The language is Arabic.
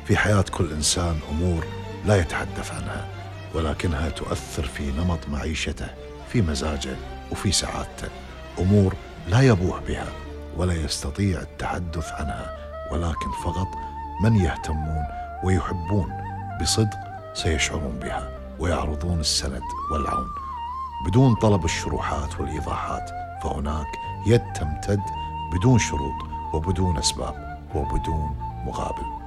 في حياة كل إنسان أمور لا يتحدث عنها، ولكنها تؤثر في نمط معيشته، في مزاجه وفي سعادته. أمور لا يبوح بها ولا يستطيع التحدث عنها، ولكن فقط من يهتمون ويحبون بصدق سيشعرون بها ويعرضون السند والعون بدون طلب الشروحات والإيضاحات. فهناك يد تمتد بدون شروط وبدون أسباب وبدون مقابل.